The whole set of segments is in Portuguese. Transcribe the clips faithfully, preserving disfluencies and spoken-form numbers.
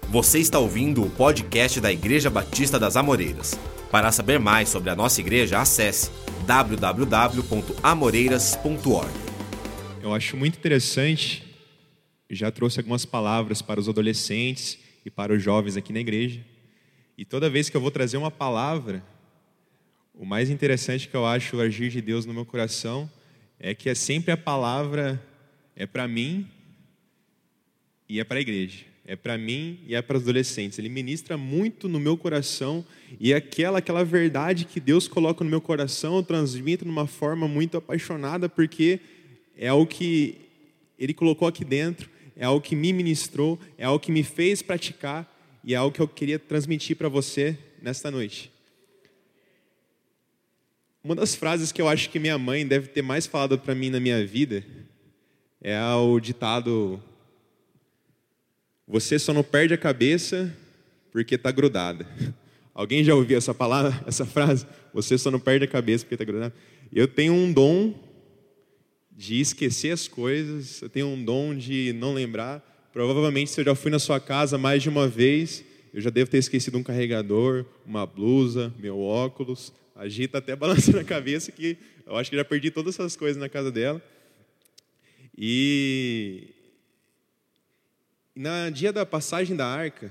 Você está ouvindo o podcast da Igreja Batista das Amoreiras. Para saber mais sobre a nossa igreja, acesse w w w ponto amoreiras ponto org. Eu acho muito interessante, já trouxe algumas palavras para os adolescentes e para os jovens aqui na igreja. E toda vez que eu vou trazer uma palavra, o mais interessante que eu acho o agir de Deus no meu coração é que é sempre a palavra é para mim e é para a igreja. É para mim e é para os adolescentes. Ele ministra muito no meu coração e aquela, aquela verdade que Deus coloca no meu coração eu transmito de uma forma muito apaixonada, porque é algo que Ele colocou aqui dentro, é algo que me ministrou, é algo que me fez praticar e é algo que eu queria transmitir para você nesta noite. Uma das frases que eu acho que minha mãe deve ter mais falado para mim na minha vida é o ditado: você só não perde a cabeça porque está grudada. Alguém já ouviu essa palavra, essa frase? Você só não perde a cabeça porque está grudada. Eu tenho um dom de esquecer as coisas, eu tenho um dom de não lembrar. Provavelmente, se eu já fui na sua casa mais de uma vez, eu já devo ter esquecido um carregador, uma blusa, meu óculos. A Gi está até balançando a cabeça que eu acho que já perdi todas essas coisas na casa dela. E no dia da passagem da arca,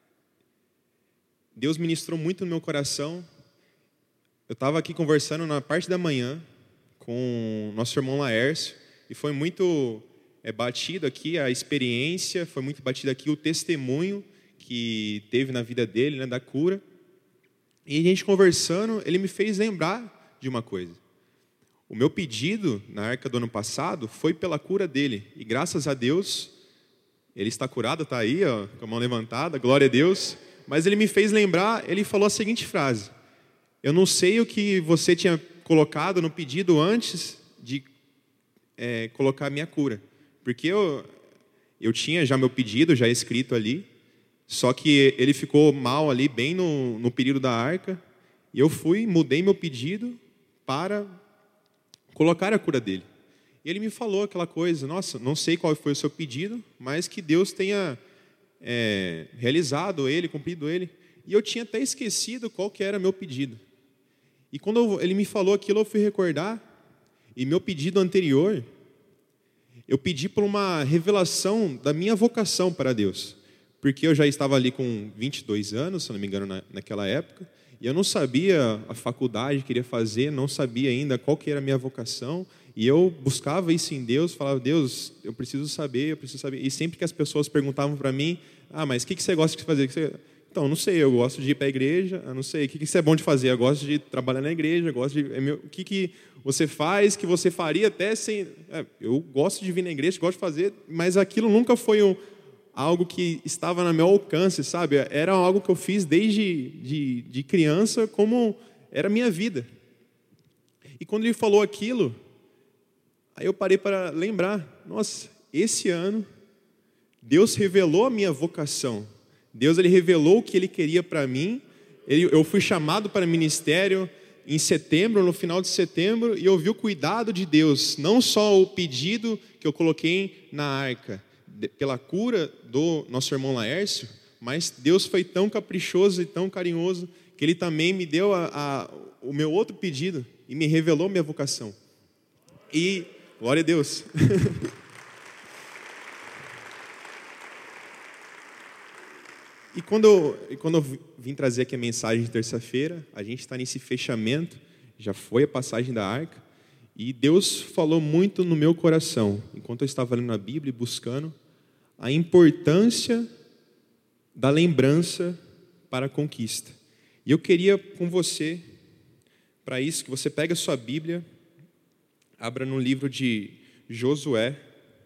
Deus ministrou muito no meu coração. Eu estava aqui conversando na parte da manhã com o nosso irmão Laércio, e foi muito é, batido aqui a experiência, foi muito batido aqui o testemunho que teve na vida dele, né, da cura. E a gente conversando, ele me fez lembrar de uma coisa. O meu pedido na arca do ano passado foi pela cura dele, e graças a Deus ele está curado, está aí, ó, com a mão levantada, glória a Deus. Mas ele me fez lembrar, ele falou a seguinte frase: eu não sei o que você tinha colocado no pedido antes de é, colocar a minha cura. Porque eu, eu tinha já meu pedido, já escrito ali, só que ele ficou mal ali, bem no, no período da arca, e eu fui, mudei meu pedido para colocar a cura dele. E ele me falou aquela coisa: nossa, não sei qual foi o seu pedido, mas que Deus tenha é, realizado ele, cumprido ele. E eu tinha até esquecido qual que era meu pedido. E quando eu, ele me falou aquilo, eu fui recordar, e meu pedido anterior, eu pedi por uma revelação da minha vocação para Deus. Porque eu já estava ali com vinte e dois anos, se não me engano, na, naquela época, e eu não sabia a faculdade que queria fazer, não sabia ainda qual que era a minha vocação. E eu buscava isso em Deus, falava: Deus, eu preciso saber, eu preciso saber. E sempre que as pessoas perguntavam para mim: ah, mas o que, que você gosta de fazer? Então, não sei, eu gosto de ir para a igreja, eu não sei, o que, que você é bom de fazer? Eu gosto de trabalhar na igreja, eu gosto de... O que, que você faz que você faria até sem... É, eu gosto de vir na igreja, gosto de fazer, mas aquilo nunca foi um, algo que estava no meu alcance, sabe? Era algo que eu fiz desde de, de criança, como era a minha vida. E quando ele falou aquilo, aí eu parei para lembrar: nossa, esse ano Deus revelou a minha vocação. Deus ele revelou o que Ele queria para mim. Ele, eu fui chamado para ministério em setembro, no final de setembro, e eu vi o cuidado de Deus. Não só o pedido que eu coloquei na arca, de, pela cura do nosso irmão Laércio, mas Deus foi tão caprichoso e tão carinhoso que Ele também me deu a, a, o meu outro pedido e me revelou minha vocação. E glória a Deus. E quando, eu, e quando eu vim trazer aqui a mensagem de terça-feira, a gente está nesse fechamento, já foi a passagem da arca, e Deus falou muito no meu coração, enquanto eu estava lendo a Bíblia e buscando, a importância da lembrança para a conquista. E eu queria com você, para isso, que você pegue a sua Bíblia, abra no livro de Josué,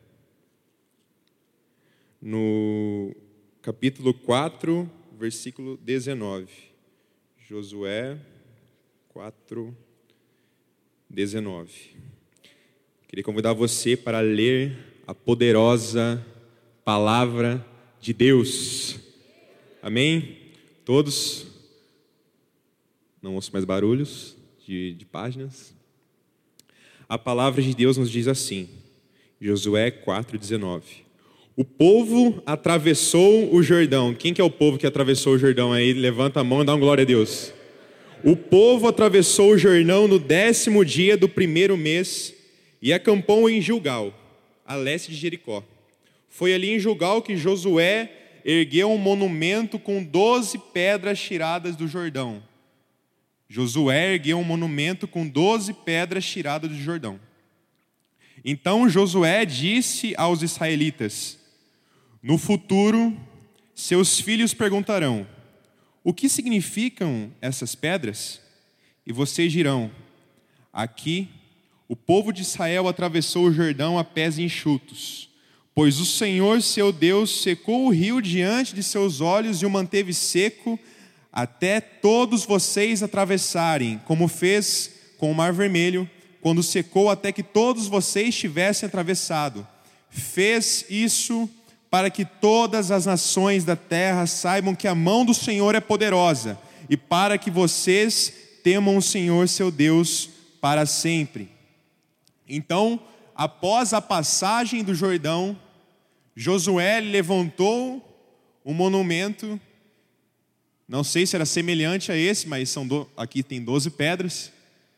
no capítulo quatro, versículo dezenove. Josué quatro, dezenove. Queria convidar você para ler a poderosa palavra de Deus. Amém? Todos? Não ouço mais barulhos de, de páginas. A palavra de Deus nos diz assim, Josué quatro, dezenove. O povo atravessou o Jordão. Quem que é o povo que atravessou o Jordão aí? Levanta a mão e dá uma glória a Deus. O povo atravessou o Jordão no décimo dia do primeiro mês e acampou em Gilgal, a leste de Jericó. Foi ali em Gilgal que Josué ergueu um monumento com doze pedras tiradas do Jordão. Josué ergueu um monumento com doze pedras tiradas do Jordão. Então Josué disse aos israelitas: no futuro, seus filhos perguntarão: o que significam essas pedras? E vocês dirão: aqui, o povo de Israel atravessou o Jordão a pés enxutos, pois o Senhor, seu Deus, secou o rio diante de seus olhos e o manteve seco até todos vocês atravessarem, como fez com o Mar Vermelho, quando secou até que todos vocês tivessem atravessado. Fez isso para que todas as nações da terra saibam que a mão do Senhor é poderosa, e para que vocês temam o Senhor, seu Deus, para sempre. Então, após a passagem do Jordão, Josué levantou um monumento, não sei se era semelhante a esse, mas são do, aqui tem doze pedras.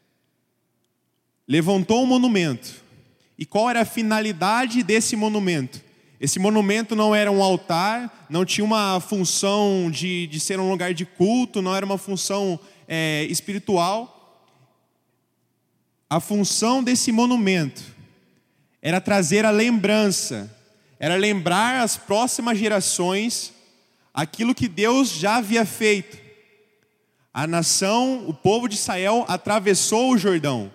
Levantou um monumento. E qual era a finalidade desse monumento? Esse monumento não era um altar, não tinha uma função de, de ser um lugar de culto, não era uma função é, espiritual. A função desse monumento era trazer a lembrança, era lembrar às próximas gerações aquilo que Deus já havia feito. A nação, o povo de Israel atravessou o Jordão.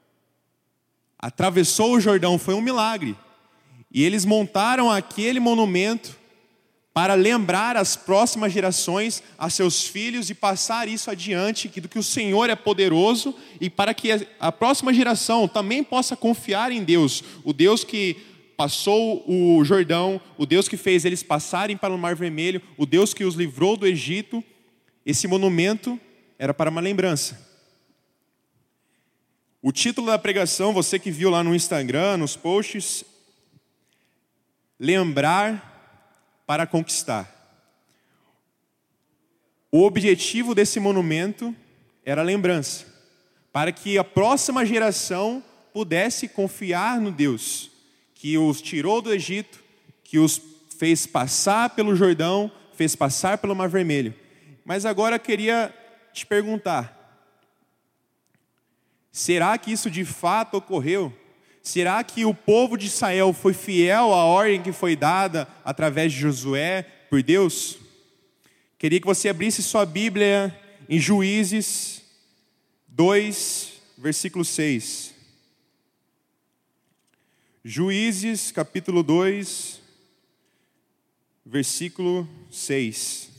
Atravessou o Jordão, foi um milagre. E eles montaram aquele monumento para lembrar as próximas gerações, a seus filhos, e passar isso adiante, que do que o Senhor é poderoso, e para que a próxima geração também possa confiar em Deus, o Deus que passou o Jordão, o Deus que fez eles passarem para o Mar Vermelho, o Deus que os livrou do Egito. Esse monumento era para uma lembrança. O título da pregação, você que viu lá no Instagram, nos posts: lembrar para conquistar. O objetivo desse monumento era a lembrança, para que a próxima geração pudesse confiar no Deus que os tirou do Egito, que os fez passar pelo Jordão, fez passar pelo Mar Vermelho. Mas agora eu queria te perguntar: será que isso de fato ocorreu? Será que o povo de Israel foi fiel à ordem que foi dada através de Josué por Deus? Queria que você abrisse sua Bíblia em Juízes dois, versículo seis. Juízes, capítulo dois, versículo seis.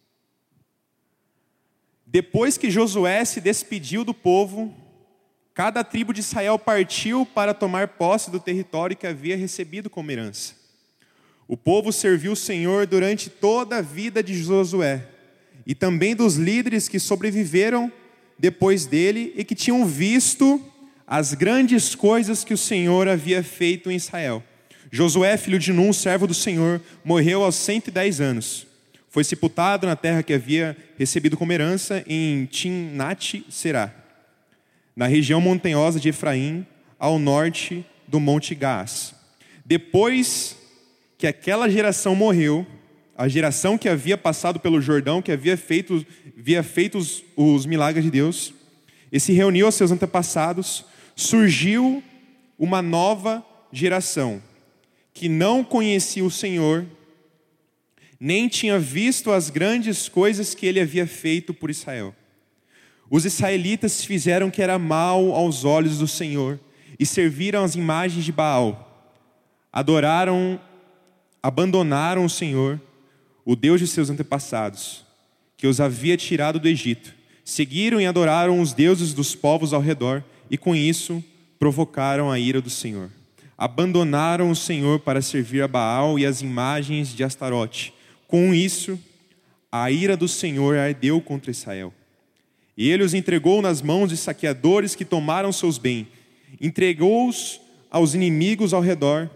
Depois que Josué se despediu do povo, cada tribo de Israel partiu para tomar posse do território que havia recebido como herança. O povo serviu o Senhor durante toda a vida de Josué, e também dos líderes que sobreviveram depois dele e que tinham visto as grandes coisas que o Senhor havia feito em Israel. Josué, filho de Num, servo do Senhor, morreu aos cento e dez anos. Foi sepultado na terra que havia recebido como herança em Timnat-Será, na região montanhosa de Efraim, ao norte do Monte Gaás. Depois que aquela geração morreu, a geração que havia passado pelo Jordão, que havia feito, havia feito os, os milagres de Deus, e se reuniu aos seus antepassados, surgiu uma nova geração, que não conhecia o Senhor, nem tinha visto as grandes coisas que ele havia feito por Israel. Os israelitas fizeram o que era mal aos olhos do Senhor e serviram as imagens de Baal. Adoraram, abandonaram o Senhor, o Deus de seus antepassados, que os havia tirado do Egito. Seguiram e adoraram os deuses dos povos ao redor e com isso provocaram a ira do Senhor. Abandonaram o Senhor para servir a Baal e as imagens de Astarote. Com isso, a ira do Senhor ardeu contra Israel. E ele os entregou nas mãos de saqueadores que tomaram seus bens. Entregou-os aos inimigos ao redor,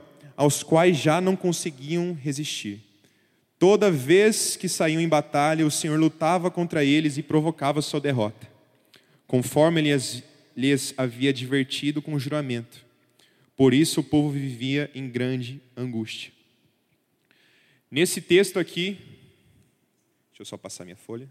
aos quais já não conseguiam resistir. Toda vez que saíam em batalha, o Senhor lutava contra eles e provocava sua derrota, conforme Ele lhes havia advertido com juramento. Por isso o povo vivia em grande angústia. Nesse texto aqui, deixa eu só passar minha folha.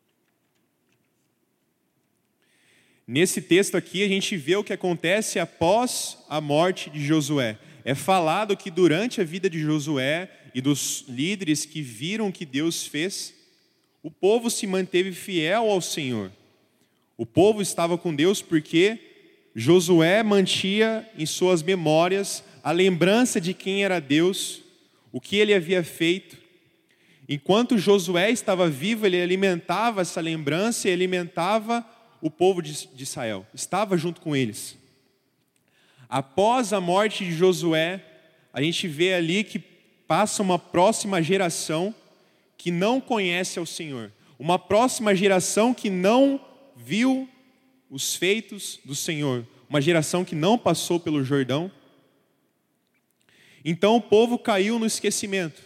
Nesse texto aqui, a gente vê o que acontece após a morte de Josué. É falado que durante a vida de Josué e dos líderes que viram o que Deus fez, o povo se manteve fiel ao Senhor. O povo estava com Deus porque Josué mantinha em suas memórias a lembrança de quem era Deus, o que ele havia feito. Enquanto Josué estava vivo, ele alimentava essa lembrança e alimentava o povo de Israel. Estava junto com eles. Após a morte de Josué, a gente vê ali que passa uma próxima geração que não conhece ao Senhor. Uma próxima geração que não viu os feitos do Senhor. Uma geração que não passou pelo Jordão. Então o povo caiu no esquecimento.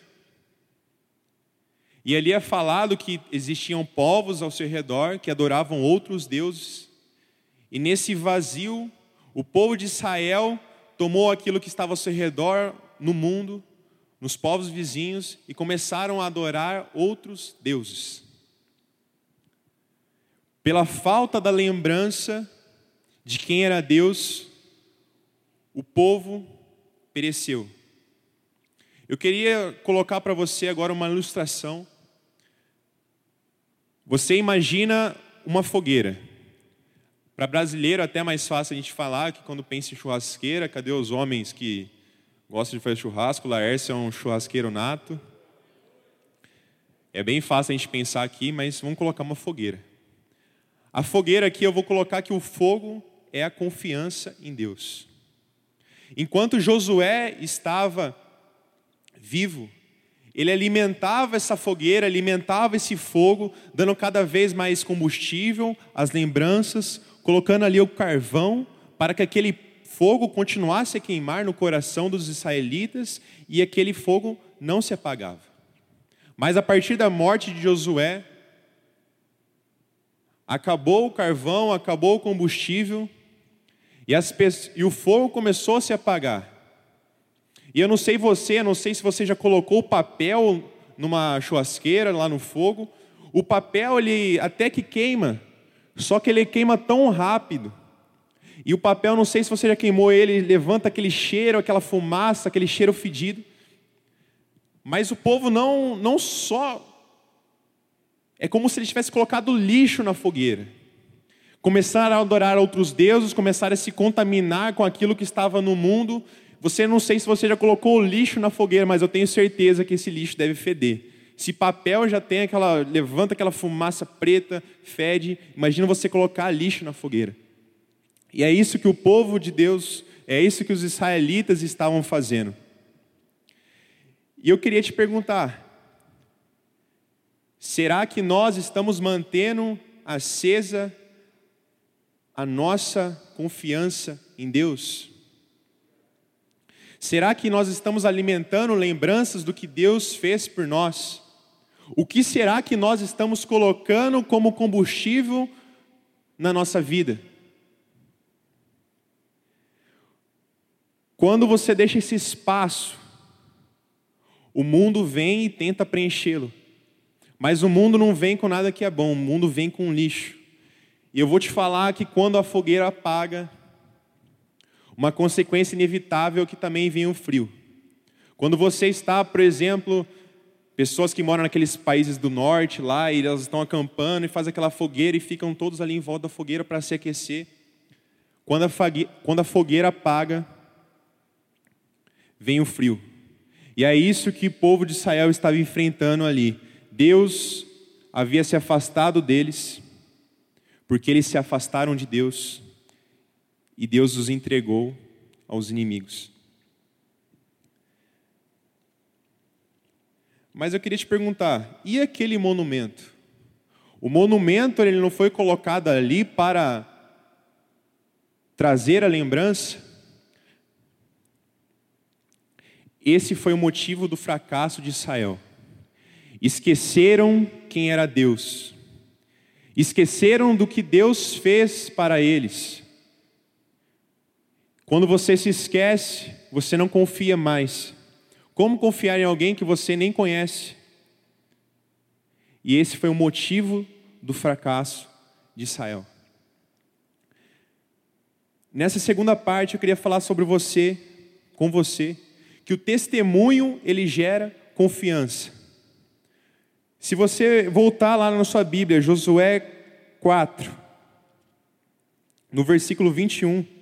E ali é falado que existiam povos ao seu redor que adoravam outros deuses. E nesse vazio, o povo de Israel tomou aquilo que estava ao seu redor no mundo, nos povos vizinhos, e começaram a adorar outros deuses. Pela falta da lembrança de quem era Deus, o povo pereceu. Eu queria colocar para você agora uma ilustração. Você imagina uma fogueira. Para brasileiro até é mais fácil a gente falar que quando pensa em churrasqueira, cadê os homens que gostam de fazer churrasco? O Laércio é um churrasqueiro nato. É bem fácil a gente pensar aqui, mas vamos colocar uma fogueira. A fogueira aqui eu vou colocar que o fogo é a confiança em Deus. Enquanto Josué estava vivo, ele alimentava essa fogueira, alimentava esse fogo, dando cada vez mais combustível, as lembranças, colocando ali o carvão, para que aquele fogo continuasse a queimar no coração dos israelitas, e aquele fogo não se apagava. Mas a partir da morte de Josué, acabou o carvão, acabou o combustível, e, as, e o fogo começou a se apagar. E eu não sei você, eu não sei se você já colocou o papel numa churrasqueira, lá no fogo. O papel, ele até que queima, só que ele queima tão rápido. E o papel, não sei se você já queimou ele, levanta aquele cheiro, aquela fumaça, aquele cheiro fedido. Mas o povo não, não só... É como se ele tivesse colocado lixo na fogueira. Começaram a adorar outros deuses, começaram a se contaminar com aquilo que estava no mundo. Você não sei se você já colocou o lixo na fogueira, mas eu tenho certeza que esse lixo deve feder. Se papel já tem aquela, levanta aquela fumaça preta, fede, imagina você colocar lixo na fogueira. E é isso que o povo de Deus, é isso que os israelitas estavam fazendo. E eu queria te perguntar, será que nós estamos mantendo acesa a nossa confiança em Deus? Será que nós estamos alimentando lembranças do que Deus fez por nós? O que será que nós estamos colocando como combustível na nossa vida? Quando você deixa esse espaço, o mundo vem e tenta preenchê-lo. Mas o mundo não vem com nada que é bom, o mundo vem com lixo. E eu vou te falar que quando a fogueira apaga, uma consequência inevitável é que também vem o frio. Quando você está, por exemplo, pessoas que moram naqueles países do norte lá, e elas estão acampando e fazem aquela fogueira e ficam todos ali em volta da fogueira para se aquecer. Quando a, fague... Quando a fogueira apaga, vem o frio. E é isso que o povo de Israel estava enfrentando ali. Deus havia se afastado deles, porque eles se afastaram de Deus, e Deus os entregou aos inimigos. Mas eu queria te perguntar, e aquele monumento? O monumento ele não foi colocado ali para trazer a lembrança? Esse foi o motivo do fracasso de Israel. Esqueceram quem era Deus. Esqueceram do que Deus fez para eles. Quando você se esquece, você não confia mais. Como confiar em alguém que você nem conhece? E esse foi o motivo do fracasso de Israel. Nessa segunda parte eu queria falar sobre você, com você, que o testemunho ele gera confiança. Se você voltar lá na sua Bíblia, Josué quatro, no versículo vinte e um,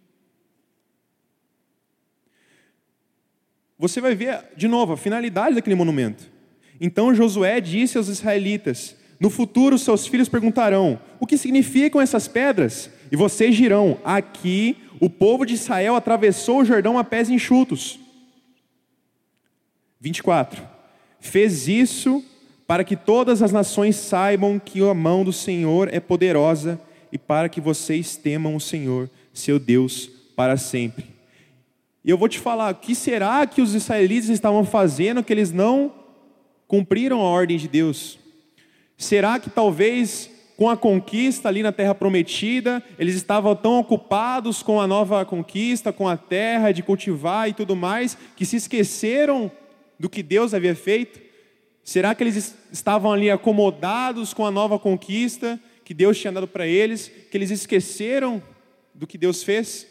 você vai ver de novo a finalidade daquele monumento. Então Josué disse aos israelitas: no futuro seus filhos perguntarão: o que significam essas pedras? E vocês dirão: aqui o povo de Israel atravessou o Jordão a pés enxutos. vinte e quatro. Fez isso para que todas as nações saibam que a mão do Senhor é poderosa e para que vocês temam o Senhor, seu Deus, para sempre. E eu vou te falar, o que será que os israelitas estavam fazendo que eles não cumpriram a ordem de Deus? Será que talvez com a conquista ali na terra prometida, eles estavam tão ocupados com a nova conquista, com a terra, de cultivar e tudo mais, que se esqueceram do que Deus havia feito? Será que eles estavam ali acomodados com a nova conquista que Deus tinha dado para eles, que eles esqueceram do que Deus fez?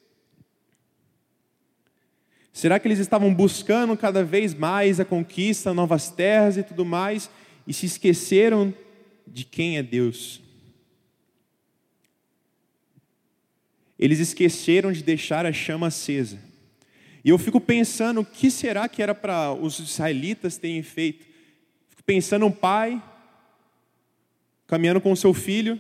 Será que eles estavam buscando cada vez mais a conquista, novas terras e tudo mais, e se esqueceram de quem é Deus? Eles esqueceram de deixar a chama acesa. E eu fico pensando, o que será que era para os israelitas terem feito? Fico pensando um pai caminhando com o seu filho,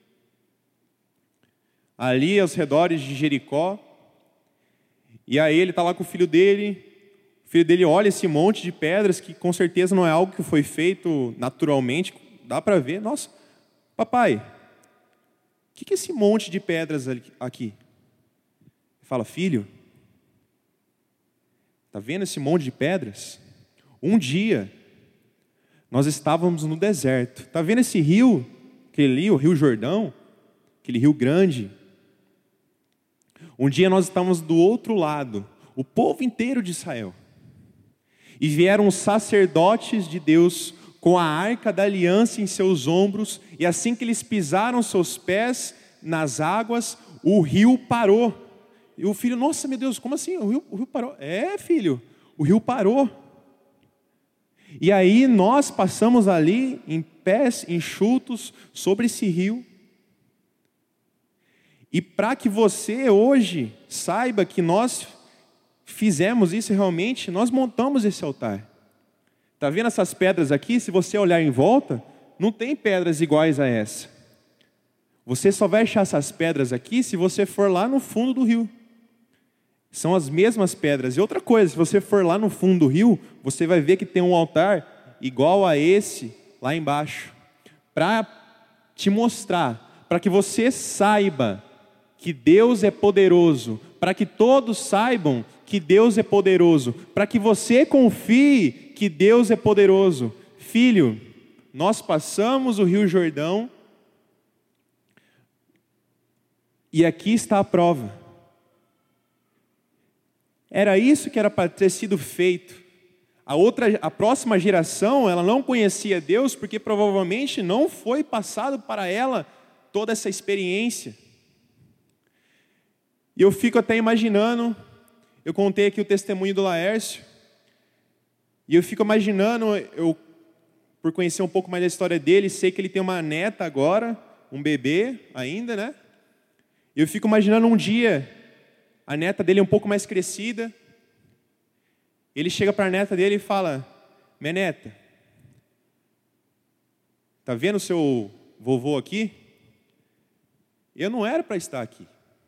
ali aos redores de Jericó, e aí ele está lá com o filho dele, o filho dele olha esse monte de pedras, que com certeza não é algo que foi feito naturalmente, dá para ver. Nossa, papai, o que, que é esse monte de pedras aqui? Ele fala: filho, está vendo esse monte de pedras? Um dia, nós estávamos no deserto. Está vendo esse rio, aquele ali, o Rio Jordão, aquele rio grande? Um dia nós estávamos do outro lado, o povo inteiro de Israel. E vieram os sacerdotes de Deus com a arca da aliança em seus ombros, e assim que eles pisaram seus pés nas águas, o rio parou. E o filho: nossa, meu Deus, como assim? O rio, o rio parou? É, filho, o rio parou. E aí nós passamos ali em pés enxutos sobre esse rio. E para que você hoje saiba que nós fizemos isso realmente, nós montamos esse altar. Está vendo essas pedras aqui? Se você olhar em volta, não tem pedras iguais a essa. Você só vai achar essas pedras aqui se você for lá no fundo do rio. São as mesmas pedras. E outra coisa, se você for lá no fundo do rio, você vai ver que tem um altar igual a esse lá embaixo. Para te mostrar, para que você saiba que Deus é poderoso, para que todos saibam que Deus é poderoso, para que você confie que Deus é poderoso. Filho, nós passamos o Rio Jordão e aqui está a prova. Era isso que era para ter sido feito. A outra, a próxima geração, ela não conhecia Deus porque provavelmente não foi passado para ela toda essa experiência. E eu fico até imaginando, eu contei aqui o testemunho do Laércio, e eu fico imaginando, eu, por conhecer um pouco mais da história dele, sei que ele tem uma neta agora, um bebê ainda, né? E eu fico imaginando um dia, a neta dele é um pouco mais crescida, ele chega para a neta dele e fala: minha neta, tá vendo o seu vovô aqui? Eu não era para estar aqui.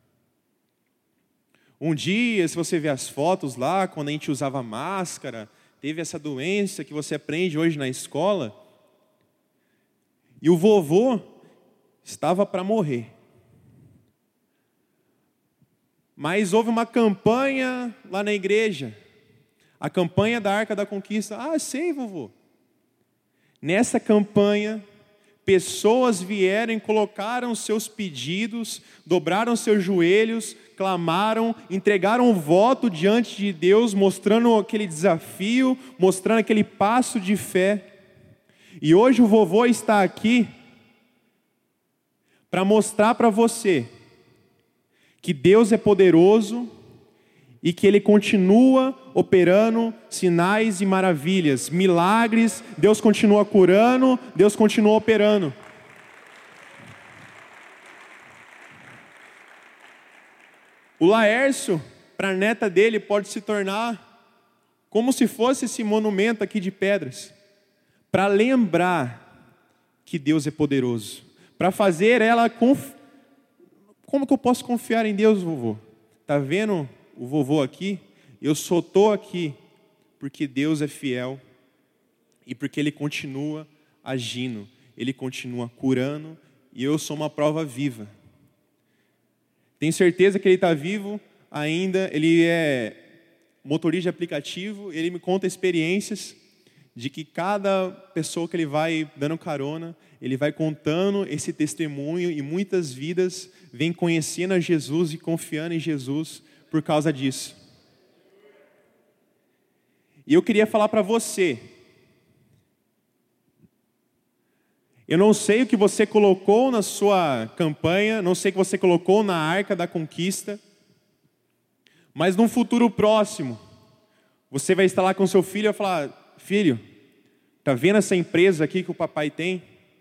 Um dia, se você ver as fotos lá, quando a gente usava máscara, teve essa doença que você aprende hoje na escola, e o vovô estava para morrer. Mas houve uma campanha lá na igreja. A campanha da Arca da Conquista. Ah, sei, vovô. Nessa campanha, pessoas vieram e colocaram seus pedidos, dobraram seus joelhos, clamaram, entregaram o voto diante de Deus, mostrando aquele desafio, mostrando aquele passo de fé. E hoje o vovô está aqui para mostrar para você que Deus é poderoso e que Ele continua operando sinais e maravilhas, milagres. Deus continua curando, Deus continua operando. O Laércio, para a neta dele, pode se tornar como se fosse esse monumento aqui de pedras, para lembrar que Deus é poderoso, para fazer ela conf... Como que eu posso confiar em Deus, vovô? Tá vendo o vovô aqui? Eu só estou aqui porque Deus é fiel e porque Ele continua agindo, Ele continua curando, e eu sou uma prova viva. Tenho certeza que Ele está vivo ainda. Ele é motorista de aplicativo, Ele me conta experiências de que cada pessoa que Ele vai dando carona, Ele vai contando esse testemunho, e muitas vidas vêm conhecendo a Jesus e confiando em Jesus por causa disso. E eu queria falar para você, eu não sei o que você colocou na sua campanha, não sei o que você colocou na Arca da Conquista, mas num futuro próximo, você vai estar lá com seu filho e vai falar: filho, tá vendo essa empresa aqui que o papai tem?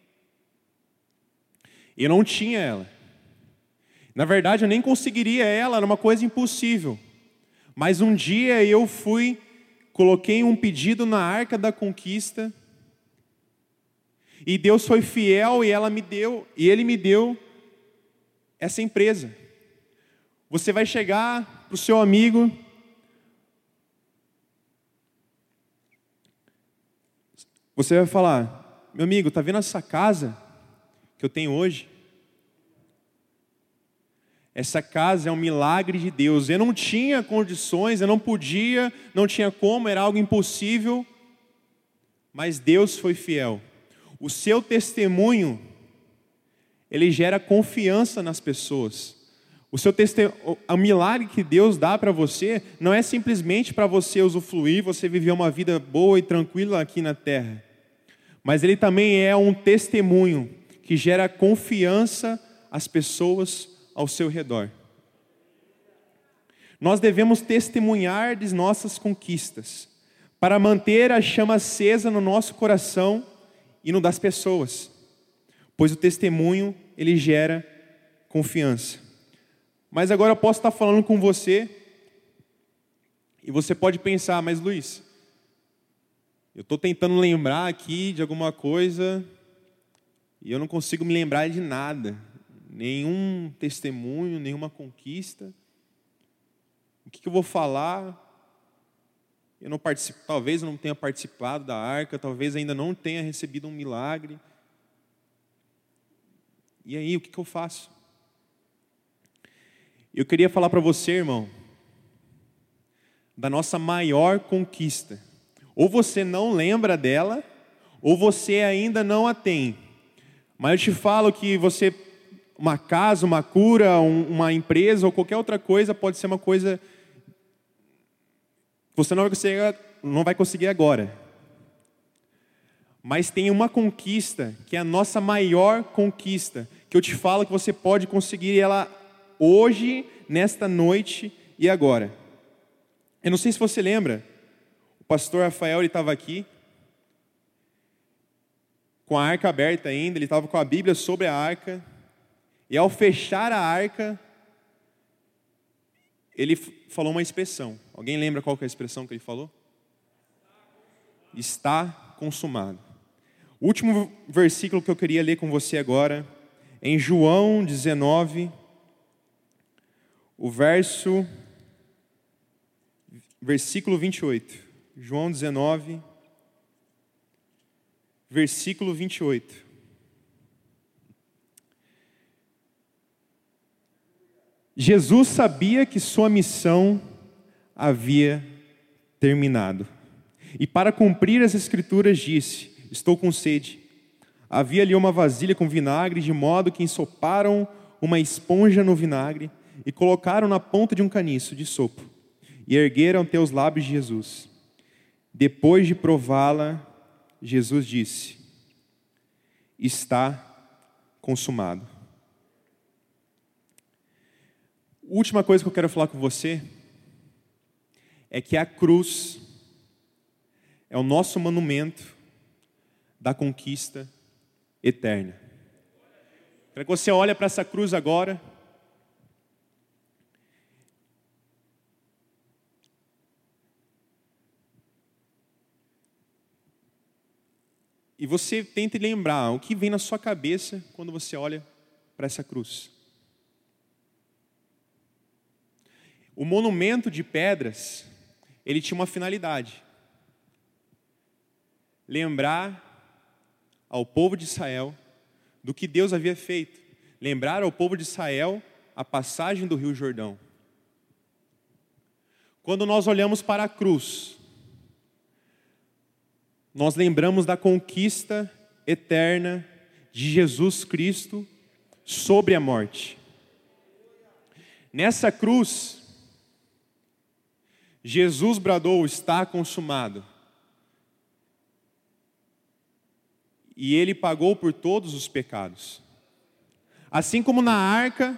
Eu não tinha ela. Na verdade, eu nem conseguiria ela, era uma coisa impossível. Mas um dia eu fui, coloquei um pedido na Arca da Conquista, e Deus foi fiel e ela me deu, e Ele me deu essa empresa. Você vai chegar para o seu amigo, você vai falar: meu amigo, tá vendo essa casa que eu tenho hoje? Essa casa é um milagre de Deus. Eu não tinha condições, eu não podia, não tinha como, era algo impossível, mas Deus foi fiel. O seu testemunho, ele gera confiança nas pessoas. O seu testemunho, o milagre que Deus dá para você, não é simplesmente para você usufruir, você viver uma vida boa e tranquila aqui na terra, mas ele também é um testemunho que gera confiança às pessoas ao seu redor. Nós devemos testemunhar de nossas conquistas, para manter a chama acesa no nosso coração e no das pessoas, pois o testemunho, ele gera confiança. Mas agora eu posso estar falando com você, e você pode pensar: mas Luiz, eu estou tentando lembrar aqui de alguma coisa, e eu não consigo me lembrar de nada, nenhum testemunho, nenhuma conquista. O que, que eu vou falar? Eu não participo, talvez eu não tenha participado da arca, talvez ainda não tenha recebido um milagre. E aí, o que, que eu faço? Eu queria falar para você, irmão, da nossa maior conquista. Ou você não lembra dela, ou você ainda não a tem. Mas eu te falo que você, uma casa, uma cura, um, uma empresa ou qualquer outra coisa, pode ser uma coisa que você não vai conseguir, não vai conseguir agora. Mas tem uma conquista que é a nossa maior conquista, que eu te falo que você pode conseguir ela hoje, nesta noite e agora. Eu não sei se você lembra, o pastor Rafael, ele estava aqui, com a arca aberta ainda, ele estava com a Bíblia sobre a arca, e ao fechar a arca, ele falou uma expressão. Alguém lembra qual que é a expressão que ele falou? Está consumado. O último versículo que eu queria ler com você agora, é em João dezenove, o verso, versículo vinte e oito. João dezenove, versículo vinte e oito. Jesus sabia que sua missão havia terminado. E para cumprir as escrituras disse: estou com sede. Havia ali uma vasilha com vinagre, de modo que ensoparam uma esponja no vinagre e colocaram na ponta de um caniço de sopo e ergueram até os lábios de Jesus. Depois de prová-la, Jesus disse: está consumado. Última coisa que eu quero falar com você é que a cruz é o nosso monumento da conquista eterna. Quero que você olhe para essa cruz agora. E você tente lembrar o que vem na sua cabeça quando você olha para essa cruz. O monumento de pedras, ele tinha uma finalidade: lembrar ao povo de Israel do que Deus havia feito. Lembrar ao povo de Israel a passagem do Rio Jordão. Quando nós olhamos para a cruz, nós lembramos da conquista eterna de Jesus Cristo sobre a morte. Nessa cruz, Jesus bradou: está consumado. E Ele pagou por todos os pecados. Assim como na arca,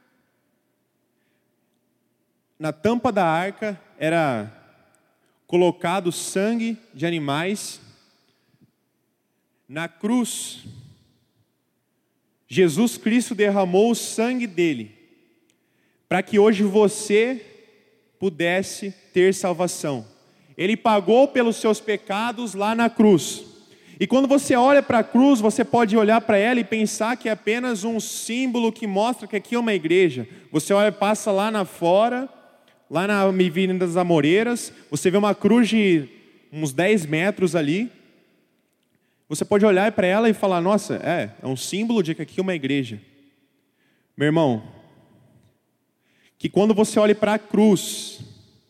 na tampa da arca era colocado sangue de animais, na cruz, Jesus Cristo derramou o sangue dele, para que hoje você pudesse ter salvação. Ele pagou pelos seus pecados lá na cruz. E quando você olha para a cruz, você pode olhar para ela e pensar que é apenas um símbolo que mostra que aqui é uma igreja. Você olha, passa lá na fora, lá na Avenida das Amoreiras, você vê uma cruz de uns dez metros ali. Você pode olhar para ela e falar: nossa, é, é um símbolo de que aqui é uma igreja. Meu irmão, que quando você olhe para a cruz,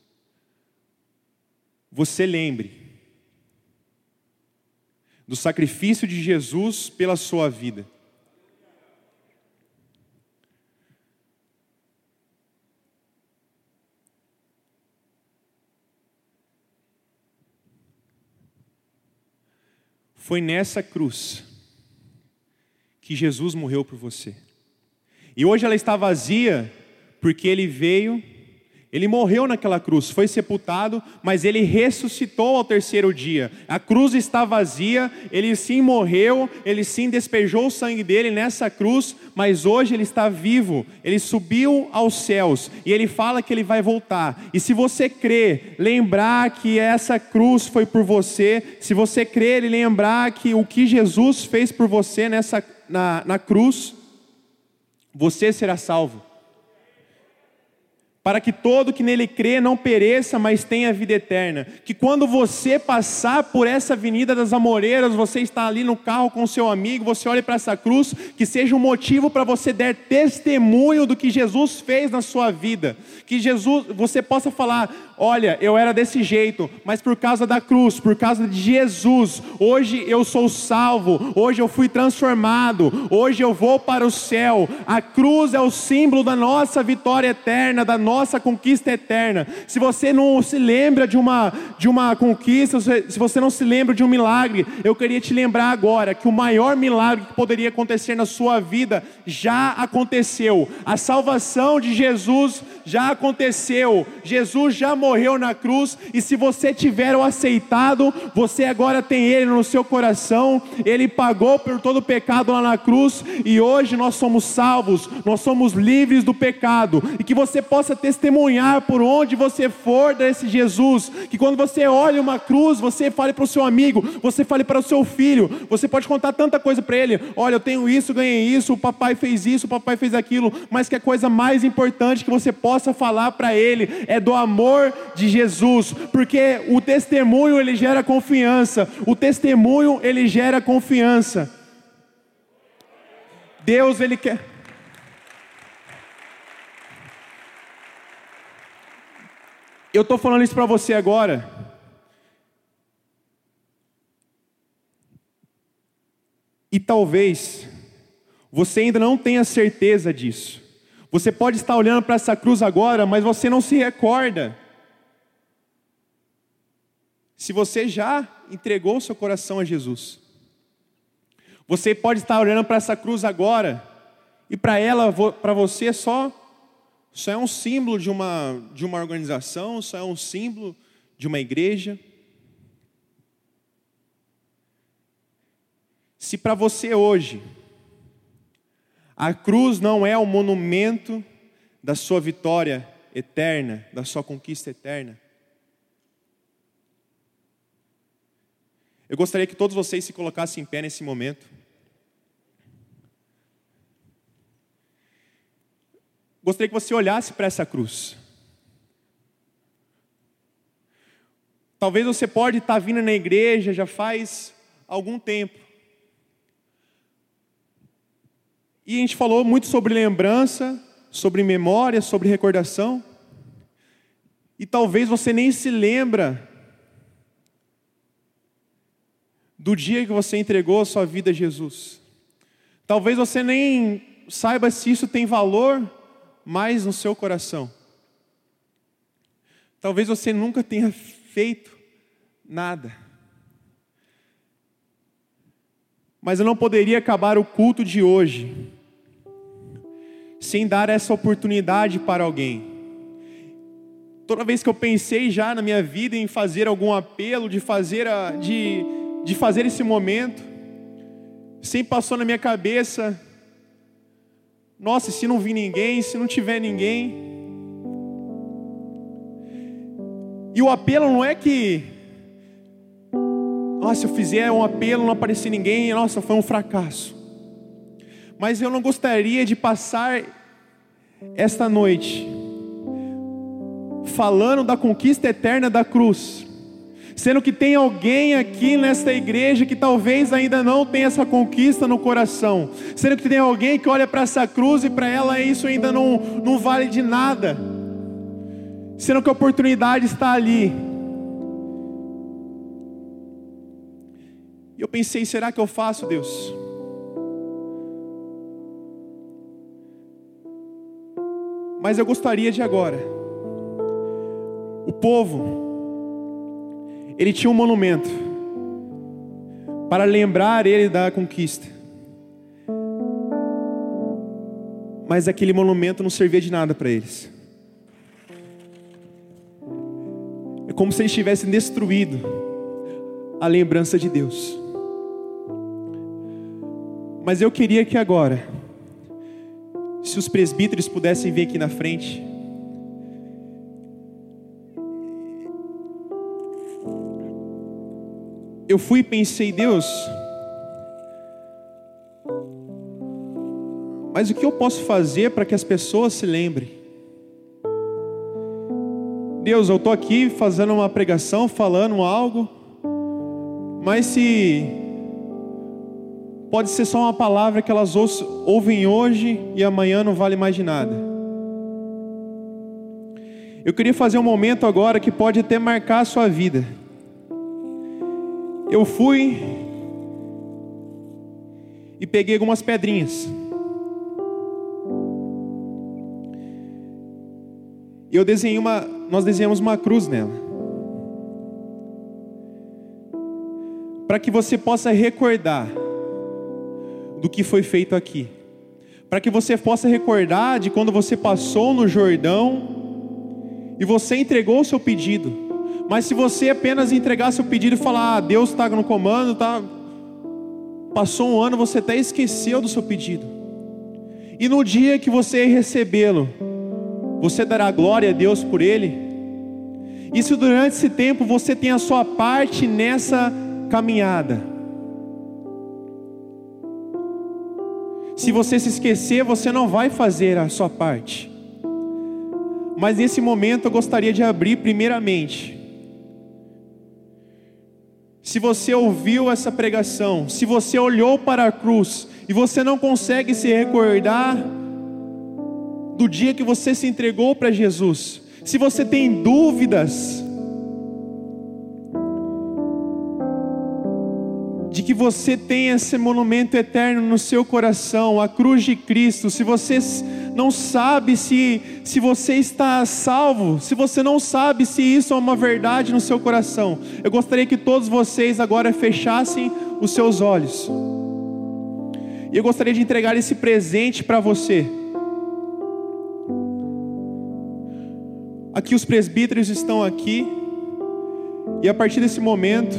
você lembre do sacrifício de Jesus pela sua vida. Foi nessa cruz que Jesus morreu por você. E hoje ela está vazia porque Ele veio, Ele morreu naquela cruz, foi sepultado, mas Ele ressuscitou ao terceiro dia. A cruz está vazia, Ele sim morreu, Ele sim despejou o sangue dele nessa cruz, mas hoje Ele está vivo, Ele subiu aos céus, e Ele fala que Ele vai voltar. E se você crer, lembrar que essa cruz foi por você, se você crer e lembrar que o que Jesus fez por você nessa, na, na cruz, você será salvo. Para que todo que nele crê não pereça, mas tenha vida eterna. Que quando você passar por essa avenida das Amoreiras, você está ali no carro com seu amigo, você olha para essa cruz, que seja um motivo para você dar testemunho do que Jesus fez na sua vida. Que Jesus, você possa falar: olha, eu era desse jeito, mas por causa da cruz, por causa de Jesus, hoje eu sou salvo, hoje eu fui transformado, hoje eu vou para o céu. A cruz é o símbolo da nossa vitória eterna, da nossa nossa conquista eterna. Se você não se lembra de uma, de uma conquista, se você não se lembra de um milagre, eu queria te lembrar agora que o maior milagre que poderia acontecer na sua vida já aconteceu. A salvação de Jesus já aconteceu. Jesus já morreu na cruz, e se você tiver o aceitado, você agora tem Ele no seu coração. Ele pagou por todo o pecado lá na cruz, e hoje nós somos salvos, nós somos livres do pecado, e que você possa testemunhar por onde você for desse Jesus, que quando você olha uma cruz, você fale para o seu amigo, você fale para o seu filho, você pode contar tanta coisa para ele: olha, eu tenho isso, ganhei isso, o papai fez isso, o papai fez aquilo, mas que a coisa mais importante que você possa falar para ele é do amor de Jesus, porque o testemunho ele gera confiança, o testemunho ele gera confiança. Deus ele quer Eu estou falando isso para você agora, e talvez você ainda não tenha certeza disso. Você pode estar olhando para essa cruz agora, mas você não se recorda se você já entregou seu coração a Jesus. Você pode estar olhando para essa cruz agora, e para ela, para você, só, só é um símbolo de uma, de uma organização, só é um símbolo de uma igreja. Se para você hoje, a cruz não é o monumento da sua vitória eterna, da sua conquista eterna, eu gostaria que todos vocês se colocassem em pé nesse momento. Gostaria que você olhasse para essa cruz. Talvez você pode estar vindo na igreja já faz algum tempo. E a gente falou muito sobre lembrança, sobre memória, sobre recordação. E talvez você nem se lembra do dia que você entregou a sua vida a Jesus. Talvez você nem saiba se isso tem valor mais no seu coração. Talvez você nunca tenha feito nada. Mas eu não poderia acabar o culto de hoje sem dar essa oportunidade para alguém. Toda vez que eu pensei já na minha vida em fazer algum apelo, de fazer, a, de, de fazer esse momento, sempre passou na minha cabeça: nossa, se não vir ninguém, se não tiver ninguém. E o apelo não é que, nossa, se eu fizer um apelo não aparecer ninguém, nossa, foi um fracasso. Mas eu não gostaria de passar esta noite falando da conquista eterna da cruz, sendo que tem alguém aqui nesta igreja que talvez ainda não tenha essa conquista no coração, sendo que tem alguém que olha para essa cruz e para ela isso ainda não, não vale de nada, sendo que a oportunidade está ali. E eu pensei, será que eu faço, Deus? Mas eu gostaria de agora. O povo, ele tinha um monumento para lembrar ele da conquista. Mas aquele monumento não servia de nada para eles. É como se eles tivessem destruído a lembrança de Deus. Mas eu queria que agora, se os presbíteros pudessem vir aqui na frente. Eu fui e pensei, Deus, mas o que eu posso fazer para que as pessoas se lembrem? Deus, eu estou aqui fazendo uma pregação, falando algo, mas se pode ser só uma palavra que elas ouvem hoje e amanhã não vale mais de nada. Eu queria fazer um momento agora que pode até marcar a sua vida. Eu fui e peguei algumas pedrinhas. Eu desenhei uma, nós desenhamos uma cruz nela. Para que você possa recordar do que foi feito aqui. Para que você possa recordar de quando você passou no Jordão e você entregou o seu pedido. Mas se você apenas entregar seu pedido e falar, ah, Deus está no comando, tá? Passou um ano, você até esqueceu do seu pedido. E no dia que você recebê-lo, você dará glória a Deus por ele. E se durante esse tempo você tem a sua parte nessa caminhada, se você se esquecer, você não vai fazer a sua parte. Mas nesse momento eu gostaria de abrir primeiramente. Se você ouviu essa pregação, se você olhou para a cruz e você não consegue se recordar do dia que você se entregou para Jesus, Se você tem dúvidas de que você tem esse monumento eterno no seu coração, a cruz de Cristo, se você não sabe se, se você está salvo, se você não sabe se isso é uma verdade no seu coração, eu gostaria que todos vocês agora fechassem os seus olhos, e eu gostaria de entregar esse presente para você. Aqui os presbíteros estão aqui, e a partir desse momento,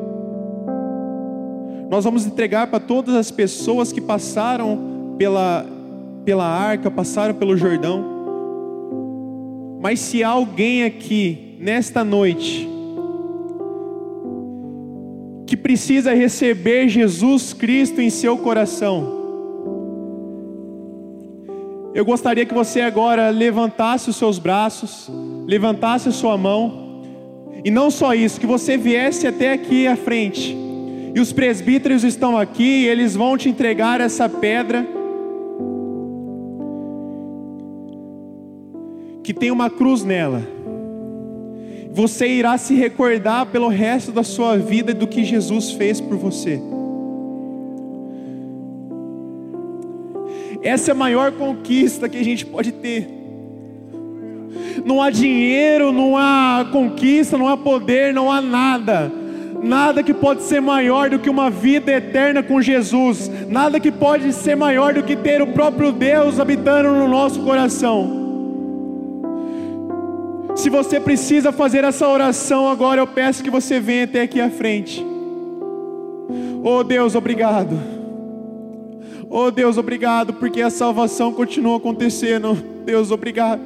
nós vamos entregar para todas as pessoas que passaram pela, pela arca, passaram pelo Jordão. Mas se há alguém aqui, nesta noite, que precisa receber Jesus Cristo em seu coração, eu gostaria que você agora levantasse os seus braços, levantasse a sua mão, e não só isso, que você viesse até aqui à frente, e os presbíteros estão aqui, e eles vão te entregar essa pedra, que tem uma cruz nela. Você irá se recordar pelo resto da sua vida do que Jesus fez por você. Essa é a maior conquista que a gente pode ter. Não há dinheiro, não há conquista, não há poder, não há nada. Nada que pode ser maior do que uma vida eterna com Jesus. Nada que pode ser maior do que ter o próprio Deus habitando no nosso coração. Se você precisa fazer essa oração agora, eu peço que você venha até aqui à frente. Oh Deus, obrigado. Oh Deus, obrigado, porque a salvação continua acontecendo. Deus, obrigado.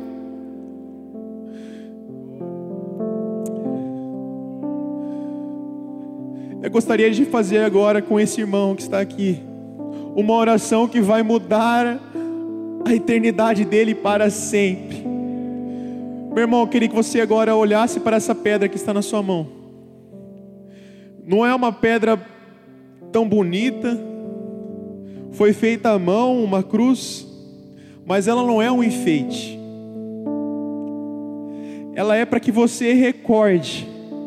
Eu gostaria de fazer agora com esse irmão que está aqui uma oração que vai mudar a eternidade dele para sempre. Meu irmão, eu queria que você agora olhasse para essa pedra que está na sua mão. Não é uma pedra tão bonita, foi feita à mão, uma cruz, mas ela não é um enfeite. Ela é para que você recorde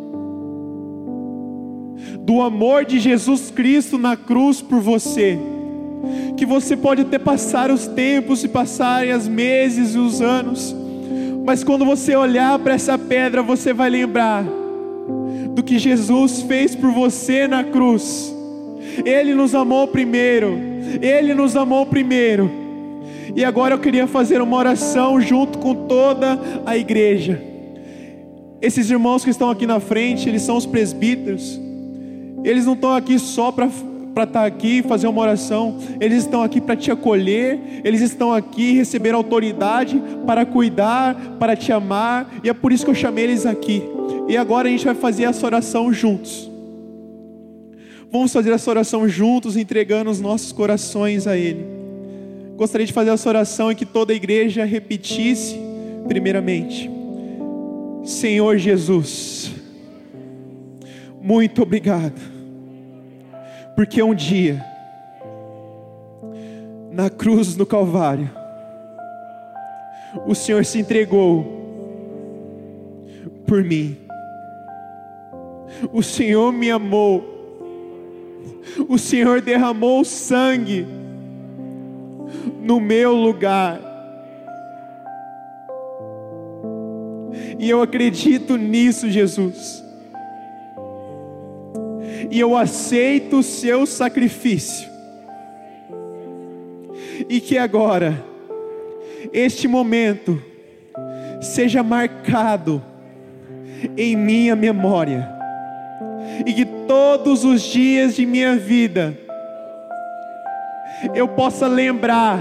do amor de Jesus Cristo na cruz por você. Que você pode até passar os tempos e passarem os meses e os anos, mas quando você olhar para essa pedra, você vai lembrar do que Jesus fez por você na cruz. Ele nos amou primeiro, Ele nos amou primeiro. E agora eu queria fazer uma oração junto com toda a igreja. Esses irmãos que estão aqui na frente, eles são os presbíteros. Eles não estão aqui só para para estar aqui e fazer uma oração. Eles estão aqui para te acolher. Eles estão aqui receber autoridade para cuidar, para te amar. E é por isso que eu chamei eles aqui. E agora a gente vai fazer essa oração juntos. Vamos fazer essa oração juntos, entregando os nossos corações a Ele. Gostaria de fazer essa oração e que toda a igreja repetisse primeiramente: Senhor Jesus, muito obrigado, porque um dia, na cruz do Calvário, o Senhor se entregou por mim. O Senhor me amou. O Senhor derramou sangue no meu lugar. E eu acredito nisso, Jesus. E eu aceito o seu sacrifício. E que agora, este momento, seja marcado em minha memória. E que todos os dias de minha vida, eu possa lembrar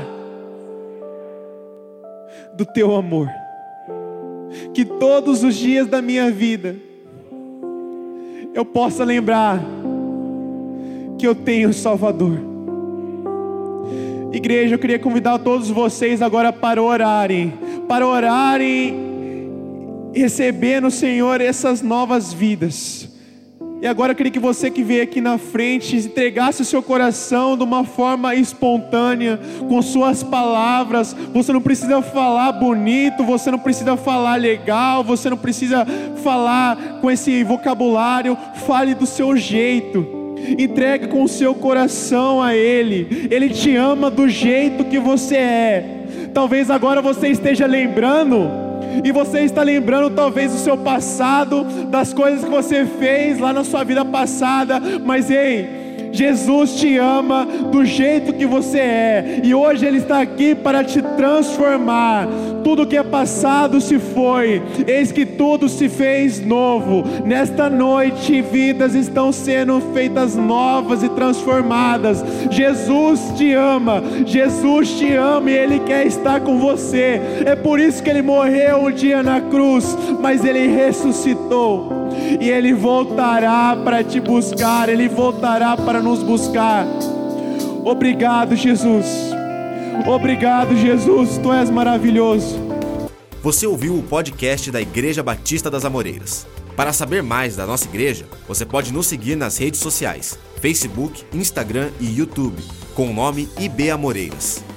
do teu amor. Que todos os dias da minha vida, eu possa lembrar que eu tenho Salvador. Igreja, eu queria convidar todos vocês agora para orarem, para orarem e receber no Senhor essas novas vidas. E agora eu queria que você que veio aqui na frente entregasse o seu coração de uma forma espontânea, com suas palavras. Você não precisa falar bonito, você não precisa falar legal, você não precisa falar com esse vocabulário. Fale do seu jeito. Entrega com o seu coração a Ele. Ele te ama do jeito que você é. Talvez agora você esteja lembrando, e você está lembrando talvez do seu passado, das coisas que você fez lá na sua vida passada. Mas ei, Jesus te ama do jeito que você é, e hoje Ele está aqui para te transformar. Tudo que é passado se foi, eis que tudo se fez novo. Nesta noite vidas estão sendo feitas novas e transformadas. Jesus te ama, Jesus te ama, e Ele quer estar com você. É por isso que Ele morreu um dia na cruz, mas Ele ressuscitou, e Ele voltará para te buscar, Ele voltará para nos buscar. Obrigado, Jesus. Obrigado, Jesus. Tu és maravilhoso. Você ouviu o podcast da Igreja Batista das Amoreiras. Para saber mais da nossa igreja, você pode nos seguir nas redes sociais, Facebook, Instagram e YouTube, com o nome I B Amoreiras.